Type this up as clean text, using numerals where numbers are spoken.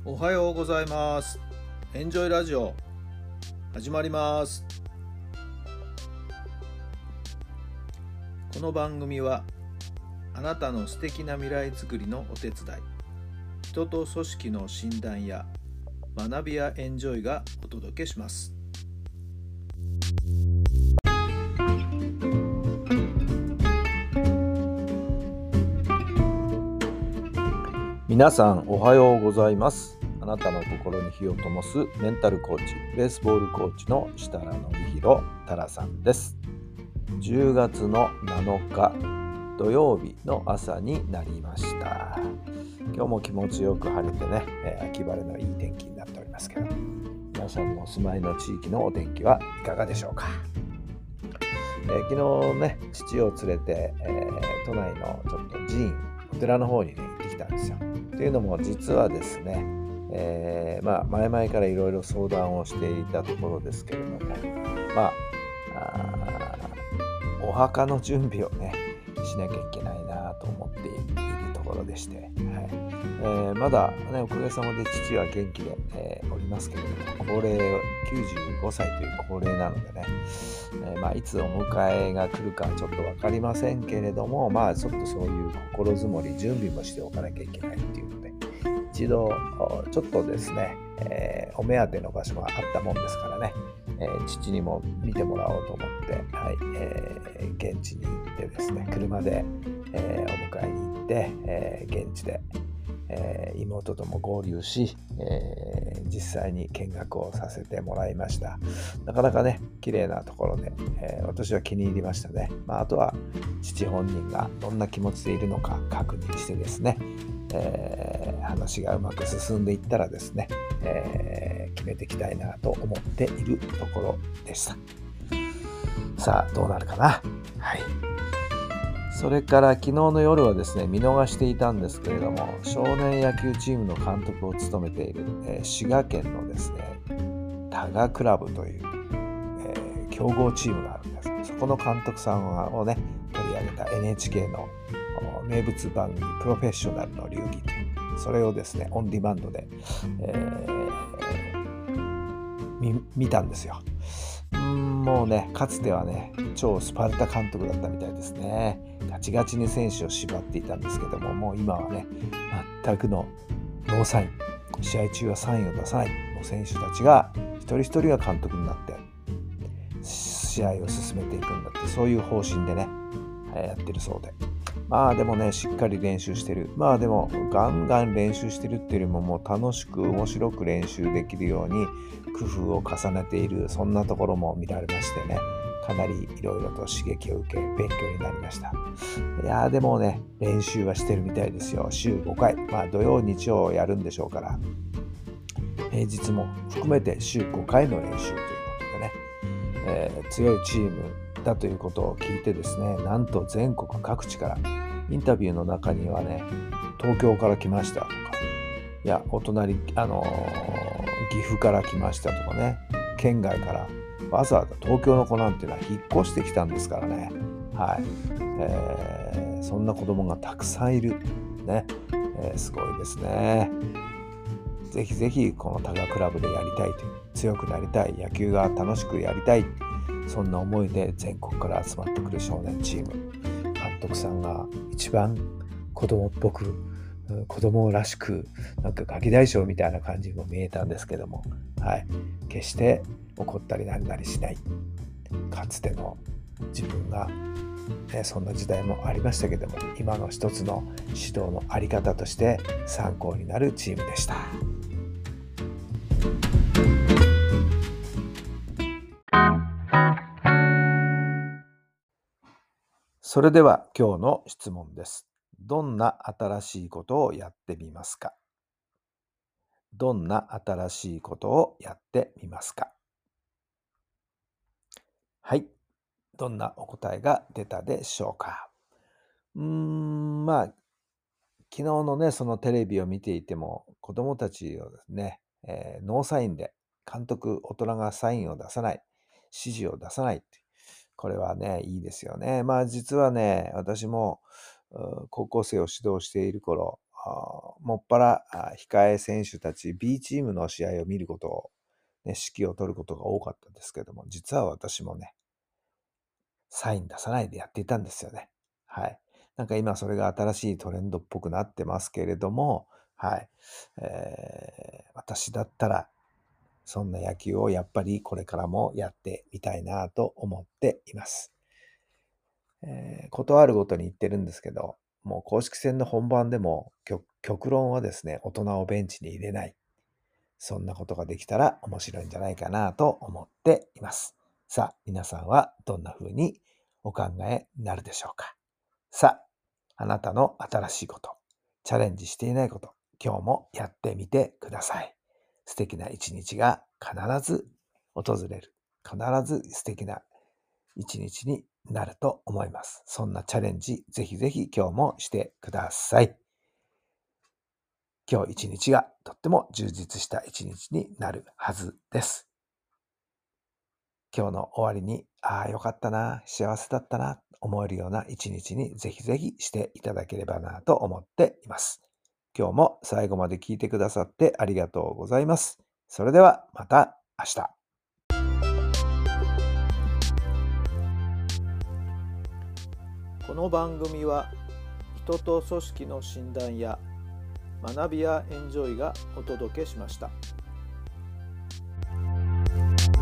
おはようございます。エンジョイラジオ始まります。この番組はあなたの素敵な未来づくりのお手伝い、人と組織の診断や学びやエンジョイがお届けします。皆さんおはようございます。あなたの心に火を灯すメンタルコーチ、ベースボールコーチの設楽範弘太良さんです。10月の7日土曜日の朝になりました。今日も気持ちよく晴れてね、秋晴れのいい天気になっておりますけど、皆さんのお住まいの地域のお天気はいかがでしょうか。昨日ね、父を連れて、都内のちょっと寺院、お寺の方にね、行ってきたんですよ。というのも実はですね、前々からいろいろ相談をしていたところですけれども、お墓の準備をねしなきゃいけないなと思っているところでして、まだねおかげさまで父は元気で、おりますけれども、高齢95歳という高齢なのでね、いつお迎えが来るかはちょっと分かりませんけれども、ちょっとそういう心づもり準備もしておかなきゃいけないっていうので、一度ちょっとですね、お目当ての場所があったもんですからね、父にも見てもらおうと思って、現地に行ってですね、車で、お迎えに行って、現地で、妹とも合流し、実際に見学をさせてもらいました。なかなかね綺麗なところで、私は気に入りましたね。あとは父本人がどんな気持ちでいるのか確認してですね、話がうまく進んでいったらですね、決めていきたいなと思っているところでした。さあどうなるかな。それから昨日の夜はですね、見逃していたんですけれども、少年野球チームの監督を務めている、滋賀県のですね多賀クラブという、強豪チームがあるんです。そこの監督さんをね取り上げた NHK の名物番組プロフェッショナルの流儀という、それをですねオンディマンドで、見たんですよ。もうねかつてはね超スパルタ監督だったみたいですね。ガチガチに選手を縛っていたんですけども、もう今はね全くのノーサイン、試合中はサインを出さない、もう選手たちが一人一人が監督になって試合を進めていくんだって、そういう方針でねやってるそうで、でもねしっかり練習してる。でもガンガン練習してるっていうよりも、もう楽しく面白く練習できるように工夫を重ねている、そんなところも見られましてね、かなりいろいろと刺激を受け勉強になりました。いやでもね練習はしてるみたいですよ。週5回、土曜日曜やるんでしょうから、平日も含めて週5回の練習ということでね、強いチームだということを聞いてですね、なんと全国各地から、インタビューの中にはね、東京から来ましたとか、いやお隣岐阜から来ましたとかね、県外からわざわざ東京の子なんていうのは引っ越してきたんですからね。そんな子供がたくさんいるね、すごいですね。ぜひぜひこの多賀クラブでやりたいという、強くなりたい、野球が楽しくやりたい、そんな思いで全国から集まってくる少年チーム、監督さんが一番子供っぽく、子供らしく、なんかガキ大将みたいな感じも見えたんですけども、決して怒ったりなんなりしない、かつての自分が、そんな時代もありましたけども、今の一つの指導のあり方として参考になるチームでした。それでは今日の質問です。どんな新しいことをやってみますか？どんな新しいことをやってみますか？どんなお答えが出たでしょうか。昨日のね、そのテレビを見ていても、子供たちをですね、ノーサインで、大人がサインを出さない、指示を出さないって、これはね、いいですよね。実はね、私も高校生を指導している頃、 もっぱら控え選手たち B チームの試合を見ることを、ね、指揮を取ることが多かったんですけども、実は私もね、サイン出さないでやっていたんですよね。はい。なんか今それが新しいトレンドっぽくなってますけれども、はい。私だったら、そんな野球をやっぱりこれからもやってみたいなと思っています。ことあるごとに言ってるんですけど、もう公式戦の本番でも極論はですね、大人をベンチに入れない。そんなことができたら面白いんじゃないかなと思っています。さあ、皆さんはどんな風にお考えになるでしょうか。さあ、あなたの新しいこと、チャレンジしていないこと、今日もやってみてください。素敵な一日が必ず訪れる。必ず素敵な一日になると思います。そんなチャレンジ、ぜひぜひ今日もしてください。今日一日がとっても充実した一日になるはずです。今日の終わりに、よかったな、幸せだったな、思えるような一日にぜひぜひしていただければなと思っています。今日も最後まで聞いてくださってありがとうございます。それではまた明日。この番組は人と組織の診断や学びやエンジョイがお届けしました。